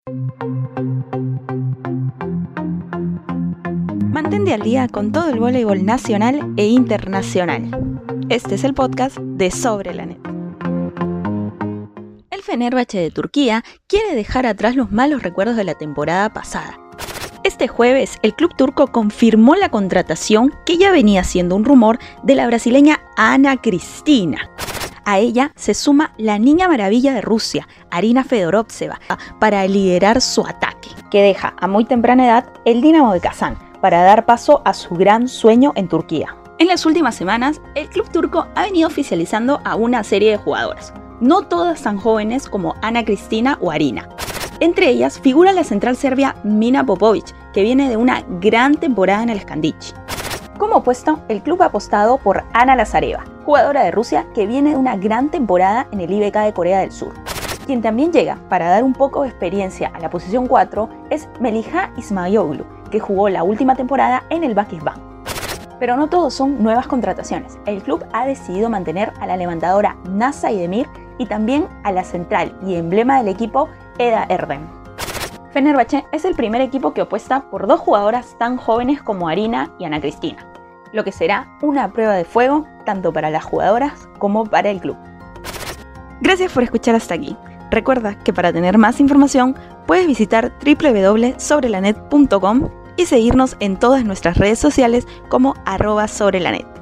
Mantente al día con todo el voleibol nacional e internacional. Este es el podcast de Sobre la Net. El Fenerbahçe de Turquía quiere dejar atrás los malos recuerdos de la temporada pasada. Este jueves, el club turco confirmó la contratación que ya venía siendo un rumor de la brasileña Ana Cristina. A ella se suma la niña maravilla de Rusia, Arina Fedorovtseva, para liderar su ataque, que deja a muy temprana edad el Dinamo de Kazán para dar paso a su gran sueño en Turquía. En las últimas semanas, el club turco ha venido oficializando a una serie de jugadoras, no todas tan jóvenes como Ana Cristina o Arina. Entre ellas figura la central serbia Mina Popović, que viene de una gran temporada en el Skandić. Como opuesto, el club ha apostado por Ana Lazareva, jugadora de Rusia que viene de una gran temporada en el IBK de Corea del Sur. Quien también llega para dar un poco de experiencia a la posición 4 es Melih Ismailoglu, que jugó la última temporada en el Vakifbank. Pero no todos son nuevas contrataciones. El club ha decidido mantener a la levantadora Naz Aydemir y también a la central y emblema del equipo Eda Erdem. Fenerbahçe es el primer equipo que apuesta por dos jugadoras tan jóvenes como Arina y Ana Cristina, lo que será una prueba de fuego tanto para las jugadoras como para el club. Gracias por escuchar hasta aquí. Recuerda que para tener más información puedes visitar www.sobrelanet.com y seguirnos en todas nuestras redes sociales como @sobrelanet.